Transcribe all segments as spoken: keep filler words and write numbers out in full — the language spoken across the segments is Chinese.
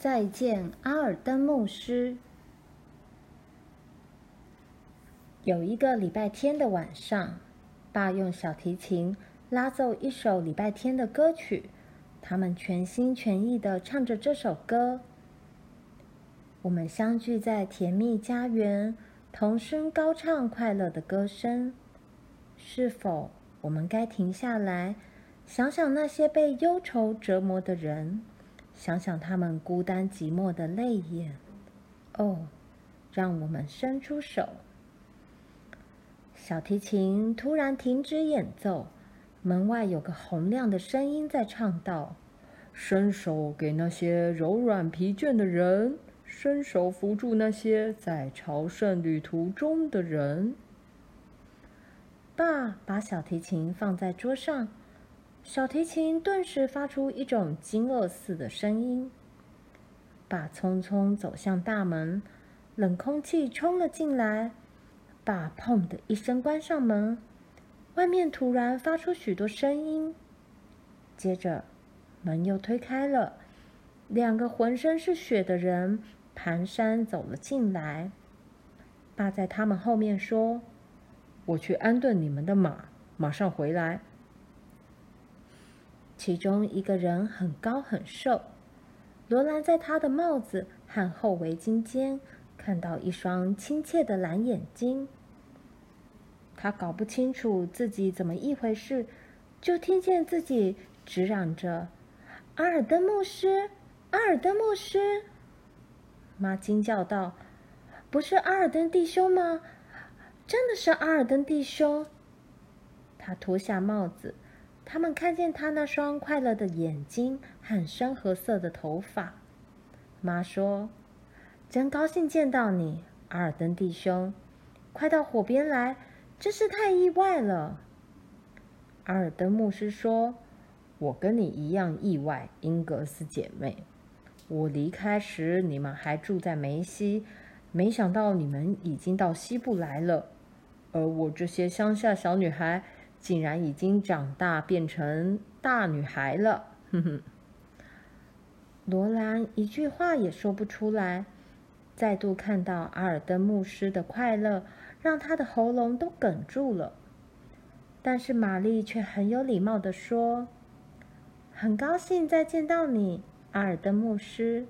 再见，阿尔登牧师。有一个礼拜天的晚上，爸用小提琴拉奏一首礼拜天的歌曲，他们全心全意地唱着这首歌。我们相聚在甜蜜家园，同声高唱快乐的歌声。是否我们该停下来，想想那些被忧愁折磨的人，想想他们孤单寂寞的泪眼？哦，让我们伸出手。小提琴突然停止演奏，门外有个洪亮的声音在唱道：伸手给那些柔软疲倦的人，伸手扶住那些在朝圣旅途中的人。爸把小提琴放在桌上，小提琴顿时发出一种惊愕似的声音。爸匆匆走向大门，冷空气冲了进来。爸砰的一声关上门，外面突然发出许多声音。接着，门又推开了，两个浑身是血的人蹒跚走了进来。爸在他们后面说：“我去安顿你们的马，马上回来。”其中一个人很高很瘦，罗兰在他的帽子和厚围巾间看到一双亲切的蓝眼睛。他搞不清楚自己怎么一回事，就听见自己直嚷着：“阿尔登牧师，阿尔登牧师！”妈惊叫道：“不是阿尔登弟兄吗？真的是阿尔登弟兄！”他脱下帽子，他们看见他那双快乐的眼睛和深褐色的头发。妈说：“真高兴见到你，阿尔登弟兄，快到火边来，真是太意外了。”阿尔登牧师说：“我跟你一样意外，英格斯姐妹。我离开时，你们还住在梅西，没想到你们已经到西部来了。而我这些乡下小女孩，竟然已经长大变成大女孩了。”哼哼。罗兰一句话也说不出来，再度看到阿尔登牧师的快乐，让他的喉咙都哽住了。但是玛丽却很有礼貌地说：“很高兴再见到你，阿尔登牧师。”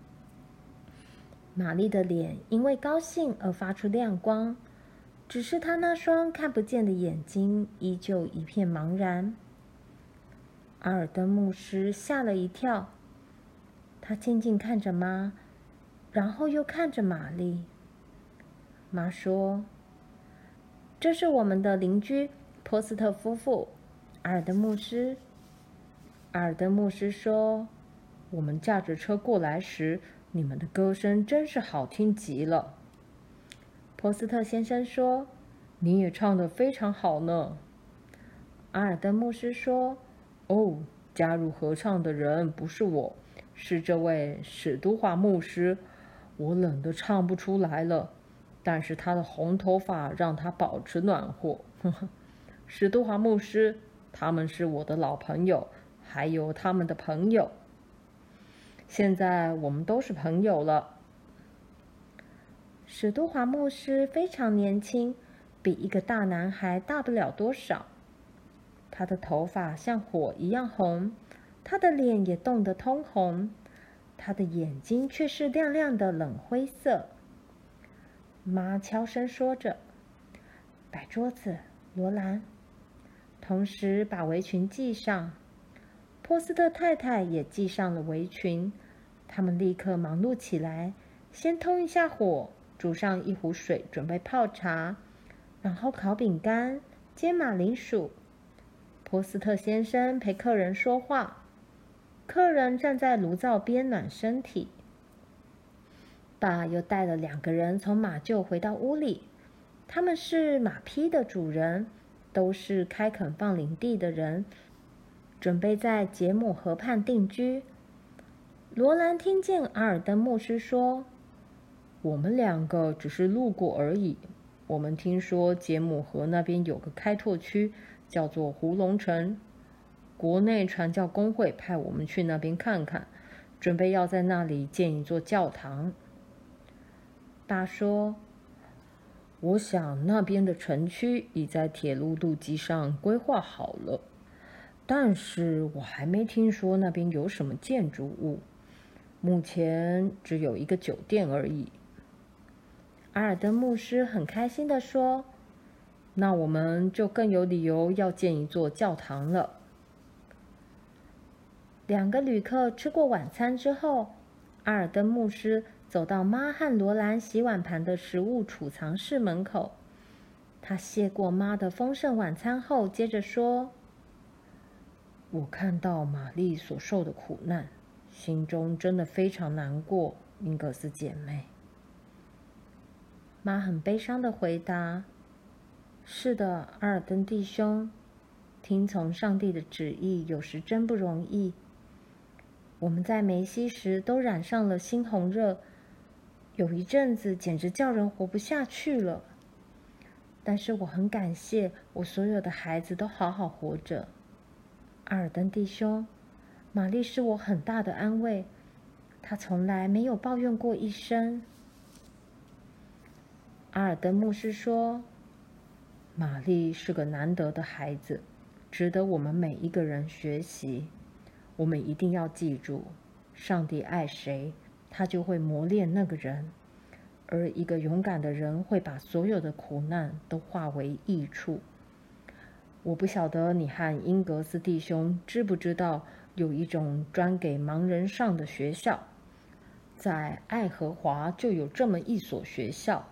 玛丽的脸因为高兴而发出亮光，只是她那双看不见的眼睛依旧一片茫然。阿尔登牧师吓了一跳，他静静看着妈，然后又看着玛丽。妈说：“这是我们的邻居波斯特夫妇，阿尔登牧师。”阿尔登牧师说：“我们驾着车过来时，你们的歌声真是好听极了。”波斯特先生说：“你也唱得非常好呢。”阿尔登牧师说：“哦，加入合唱的人不是我，是这位史都华牧师。我冷得唱不出来了，但是他的红头发让他保持暖和。史都华牧师，他们是我的老朋友，还有他们的朋友。现在我们都是朋友了。”史都华牧师非常年轻，比一个大男孩大不了多少。他的头发像火一样红，他的脸也冻得通红，他的眼睛却是亮亮的冷灰色。妈悄声说着：“摆桌子，罗兰。”同时把围裙系上。波斯特太太也系上了围裙。他们立刻忙碌起来，先通一下火，煮上一壶水准备泡茶，然后烤饼干，煎马铃薯。波斯特先生陪客人说话，客人站在炉灶边暖身体。爸又带了两个人从马厩回到屋里，他们是马匹的主人，都是开垦放领地的人，准备在杰姆河畔定居。罗兰听见阿尔登牧师说：“我们两个只是路过而已。我们听说杰姆河那边有个开拓区，叫做胡龙城。国内传教工会派我们去那边看看， 准备要在那里建一座教堂。爸说：“我想那边的城区已在铁路路基上规划好了，但是我还没听说那边有什么建筑物，目前只有一个酒店而已。”阿尔登牧师很开心地说：“那我们就更有理由要建一座教堂了。”两个旅客吃过晚餐之后，阿尔登牧师走到妈和罗兰洗碗盘的食物储藏室门口。他谢过妈的丰盛晚餐后，接着说：“我看到玛丽所受的苦难，心中真的非常难过，英格斯姐妹。”妈很悲伤地回答：“是的，阿尔登弟兄，听从上帝的旨意有时真不容易。我们在梅西时都染上了猩红热，有一阵子简直叫人活不下去了。但是我很感谢我所有的孩子都好好活着。阿尔登弟兄，玛丽是我很大的安慰，她从来没有抱怨过一声。”阿尔登牧师说：“玛丽是个难得的孩子，值得我们每一个人学习。我们一定要记住，上帝爱谁，他就会磨练那个人。而一个勇敢的人会把所有的苦难都化为益处。我不晓得你和英格斯弟兄知不知道，有一种专给盲人上的学校，在爱荷华就有这么一所学校。”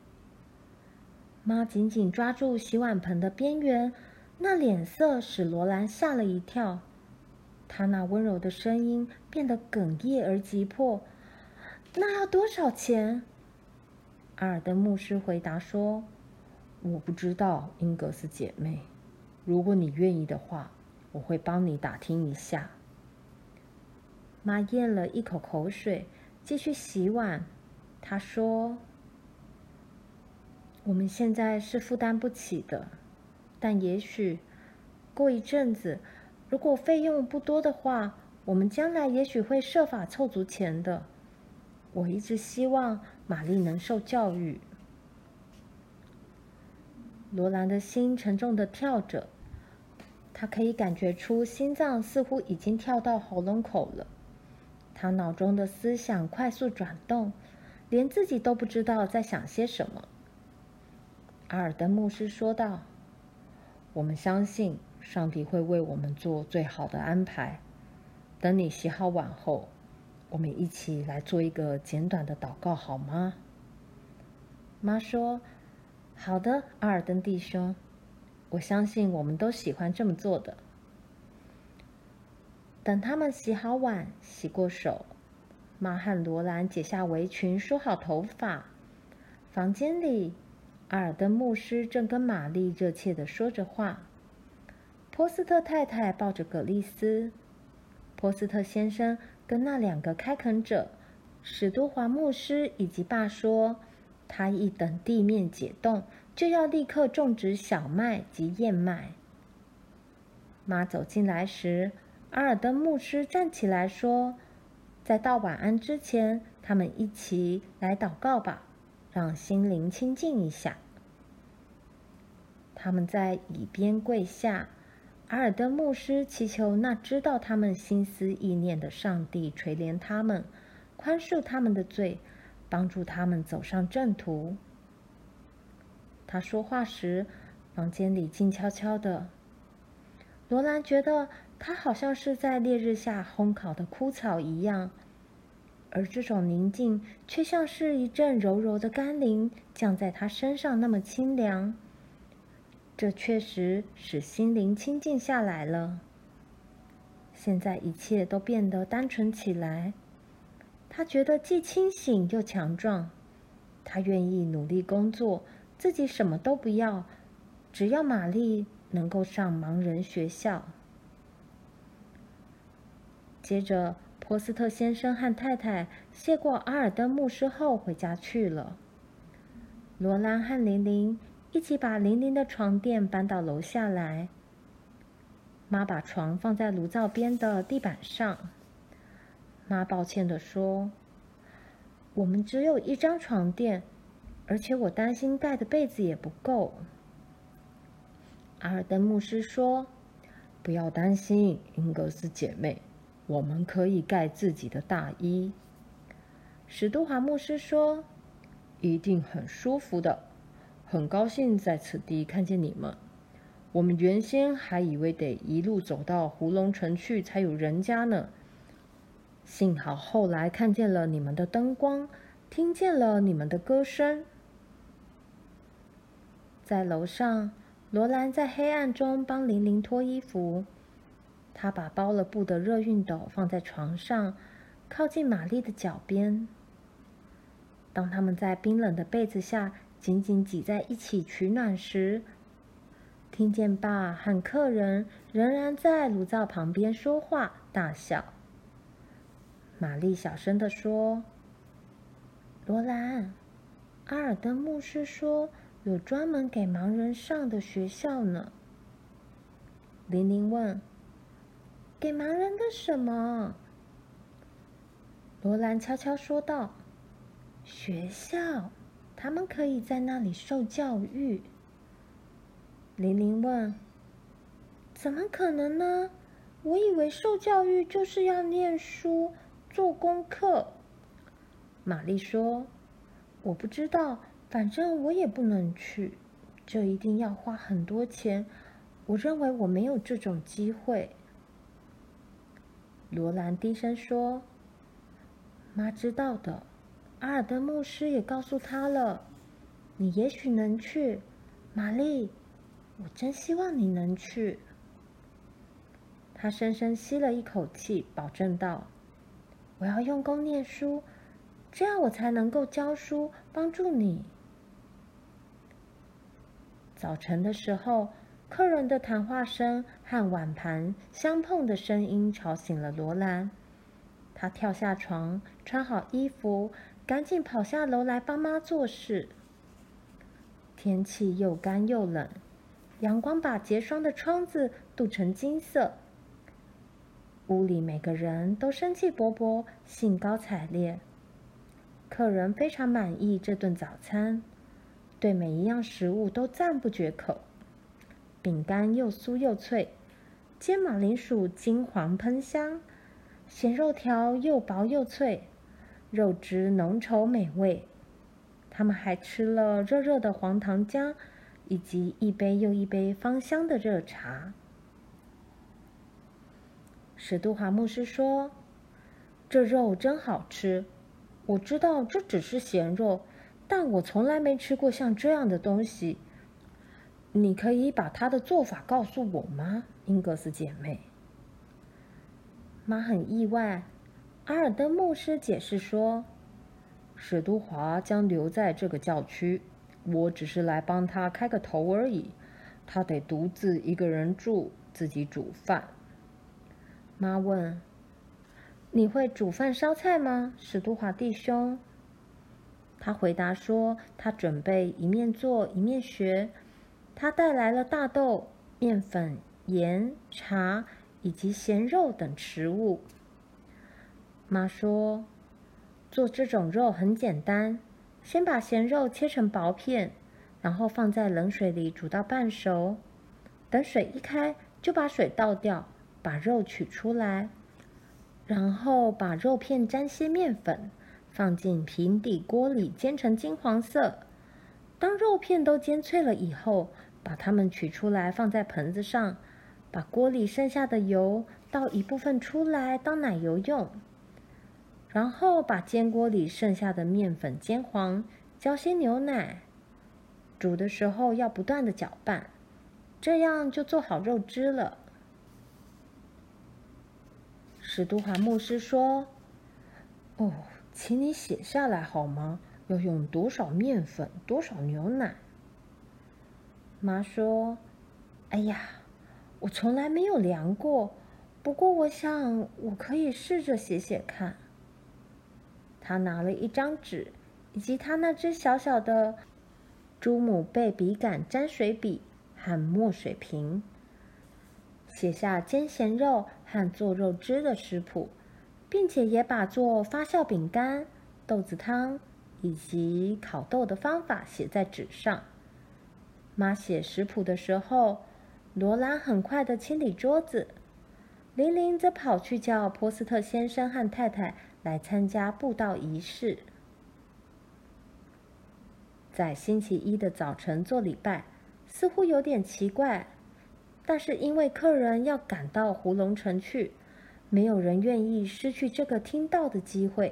妈紧紧抓住洗碗盆的边缘，那脸色使罗兰吓了一跳。她那温柔的声音变得哽咽而急迫：“那要多少钱？”阿尔登牧师回答说：“我不知道，英格斯姐妹。如果你愿意的话，我会帮你打听一下。”妈咽了一口口水，继续洗碗。她说：“我们现在是负担不起的，但也许过一阵子，如果费用不多的话，我们将来也许会设法凑足钱的。我一直希望玛丽能受教育。”罗兰的心沉重地跳着，他可以感觉出心脏似乎已经跳到喉咙口了。他脑中的思想快速转动，连自己都不知道在想些什么。阿尔登牧师说道：“我们相信上帝会为我们做最好的安排。等你洗好碗后，我们一起来做一个简短的祷告，好吗？”妈说：“好的，阿尔登弟兄，我相信我们都喜欢这么做的。”等他们洗好碗、洗过手，妈和罗兰解下围裙、梳好头发，房间里，阿尔登牧师正跟玛丽热切地说着话。波斯特太太抱着葛丽丝，波斯特先生跟那两个开垦者史都华牧师以及爸说，他一等地面解冻，就要立刻种植小麦及燕麦。妈走进来时，阿尔登牧师站起来说：“在道晚安之前，他们一起来祷告吧，让心灵清静一下。”他们在椅边跪下，阿尔登牧师祈求那知道他们心思意念的上帝垂怜他们，宽恕他们的罪，帮助他们走上正途。他说话时，房间里静悄悄的。罗兰觉得他好像是在烈日下烘烤的枯草一样，而这种宁静却像是一阵柔柔的甘霖降在他身上，那么清凉。这确实使心灵清静下来了。现在一切都变得单纯起来。他觉得既清醒又强壮。他愿意努力工作，自己什么都不要，只要玛丽能够上盲人学校。接着，波斯特先生和太太谢过阿尔登牧师后回家去了。罗兰和玲玲一起把玲玲的床垫搬到楼下来。妈把床放在炉灶边的地板上。 妈抱歉地说：“我们只有一张床垫，而且我担心盖的被子也不够。”阿尔登牧师说：“不要担心，英格斯姐妹，我们可以盖自己的大衣。”史都华牧师说：“一定很舒服的，很高兴在此地看见你们。我们原先还以为得一路走到胡龙城去才有人家呢。幸好后来看见了你们的灯光，听见了你们的歌声。”在楼上，罗兰在黑暗中帮玲玲脱衣服。她把包了布的热熨斗放在床上，靠近玛丽的脚边。当他们在冰冷的被子下紧紧挤在一起取暖时，听见爸和客人仍然在炉灶旁边说话大笑。玛丽小声地说：“罗兰，阿尔登牧师说有专门给盲人上的学校呢。”玲玲问：“给盲人的什么？”罗兰悄悄说道：“学校，他们可以在那里受教育。”玲玲问：“怎么可能呢？我以为受教育就是要念书、做功课。”玛丽说：“我不知道，反正我也不能去，这一定要花很多钱。我认为我没有这种机会。”罗兰低声说：“妈知道的，阿尔登牧师也告诉她了。你也许能去，玛丽，我真希望你能去。”她深深吸了一口气，保证道：“我要用功念书，这样我才能够教书，帮助你。”早晨的时候，客人的谈话声和碗盘相碰的声音吵醒了罗兰。他跳下床，穿好衣服，赶紧跑下楼来帮妈做事。天气又干又冷，阳光把结霜的窗子镀成金色。屋里每个人都生气勃勃，兴高采烈。客人非常满意这顿早餐，对每一样食物都赞不绝口。饼干又酥又脆，煎马铃薯金黄喷香，咸肉条又薄又脆，肉汁浓稠美味。他们还吃了热热的黄糖浆，以及一杯又一杯芳香的热茶。史都华牧师说：“这肉真好吃，我知道这只是咸肉，但我从来没吃过像这样的东西。你可以把它的做法告诉我吗，英格斯姐妹？”妈很意外。阿尔登牧师解释说：“史都华将留在这个教区，我只是来帮他开个头而已。他得独自一个人住，自己煮饭。”妈问：“你会煮饭烧菜吗，史都华弟兄？”他回答说：“他准备一面做一面学。他带来了大豆、面粉、盐、茶以及咸肉等食物。”妈说：“做这种肉很简单，先把咸肉切成薄片，然后放在冷水里煮到半熟。等水一开，就把水倒掉，把肉取出来，然后把肉片沾些面粉，放进平底锅里煎成金黄色。当肉片都煎脆了以后，把它们取出来放在盆子上，把锅里剩下的油倒一部分出来当奶油用。然后把煎锅里剩下的面粉煎黄，浇些牛奶。煮的时候要不断的搅拌，这样就做好肉汁了。”史都华牧师说：“哦，请你写下来好吗？要用多少面粉，多少牛奶？”妈说：“哎呀，我从来没有量过，不过我想我可以试着写写看。”他拿了一张纸，以及他那只小小的朱姆贝笔杆沾水笔和墨水瓶，写下煎咸肉和做肉汁的食谱， 并且也把做发酵饼干、豆子汤以及烤豆的方法写在纸上。妈写食谱的时候，罗兰很快地清理桌子，玲玲则跑去叫波斯特先生和太太来参加布道仪式。在星期一的早晨做礼拜，似乎有点奇怪，但是因为客人要赶到胡龙城去，没有人愿意失去这个听到的机会。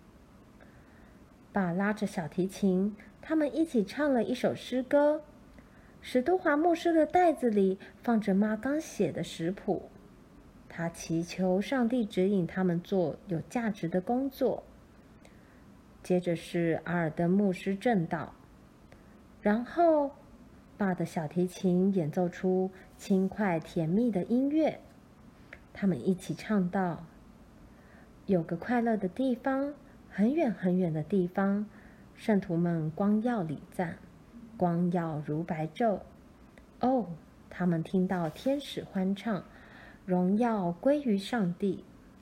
爸拉着小提琴，他们一起唱了一首诗歌。史都华牧师的袋子里放着妈刚写的食谱，他祈求上帝指引他们做有价值的工作。接着是阿尔登牧师正道，然后爸的小提琴演奏出轻快甜蜜的音乐。他们一起唱道：有个快乐的地方，很远很远的地方，圣徒们光耀礼赞，光耀如白昼。哦，他们听到天使欢唱，荣耀归于上帝。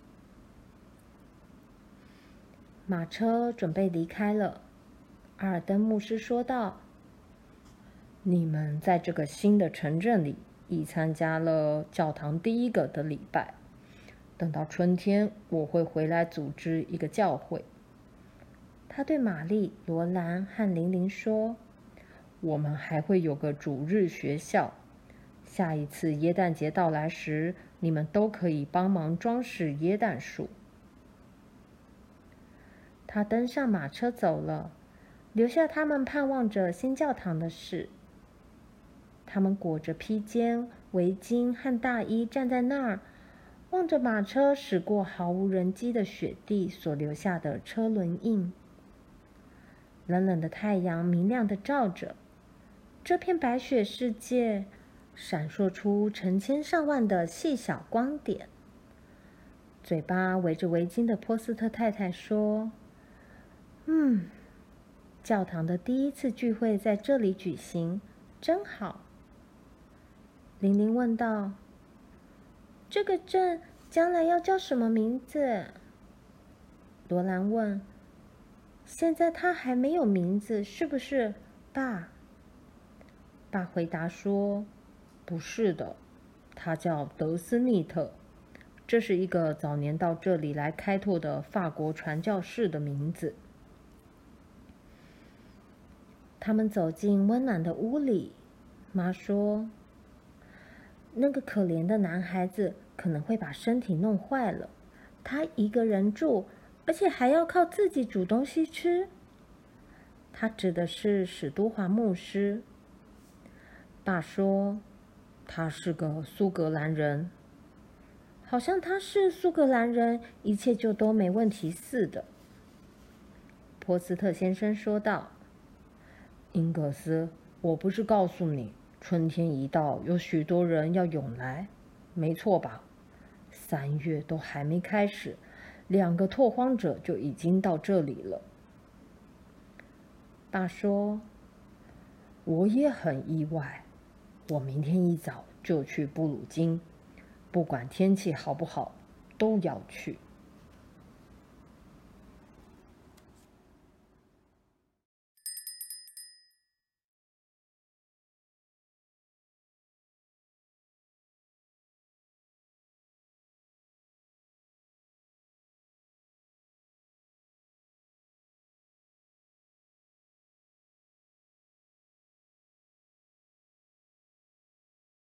马车准备离开了，阿尔登牧师说道：你们在这个新的城镇里已参加了教堂第一个的礼拜，等到春天我会回来组织一个教会。他对玛丽、罗兰和玲玲说：我们还会有个主日学校，下一次耶诞节到来时，你们都可以帮忙装饰耶诞树。他登上马车走了，留下他们盼望着新教堂的事。他们裹着披肩、围巾和大衣站在那儿，望着马车驶过毫无人迹的雪地所留下的车轮印。冷冷的太阳明亮地照着，这片白雪世界闪烁出成千上万的细小光点。嘴巴围着围巾的波斯特太太说：嗯，教堂的第一次聚会在这里举行，真好。玲玲问道：这个镇将来要叫什么名字？罗兰问：现在它还没有名字，是不是，爸？爸回答说：不是的，它叫德斯密特，这是一个早年到这里来开拓的法国传教士的名字。他们走进温暖的屋里，妈说：那个可怜的男孩子可能会把身体弄坏了，他一个人住，而且还要靠自己煮东西吃。他指的是史都华牧师。爸说：他是个苏格兰人。好像他是苏格兰人，一切就都没问题似的。波斯特先生说道：英格斯，我不是告诉你，春天一到，有许多人要涌来，没错吧？三月都还没开始，两个拓荒者就已经到这里了。爸说：我也很意外，我明天一早就去布鲁金，不管天气好不好，都要去。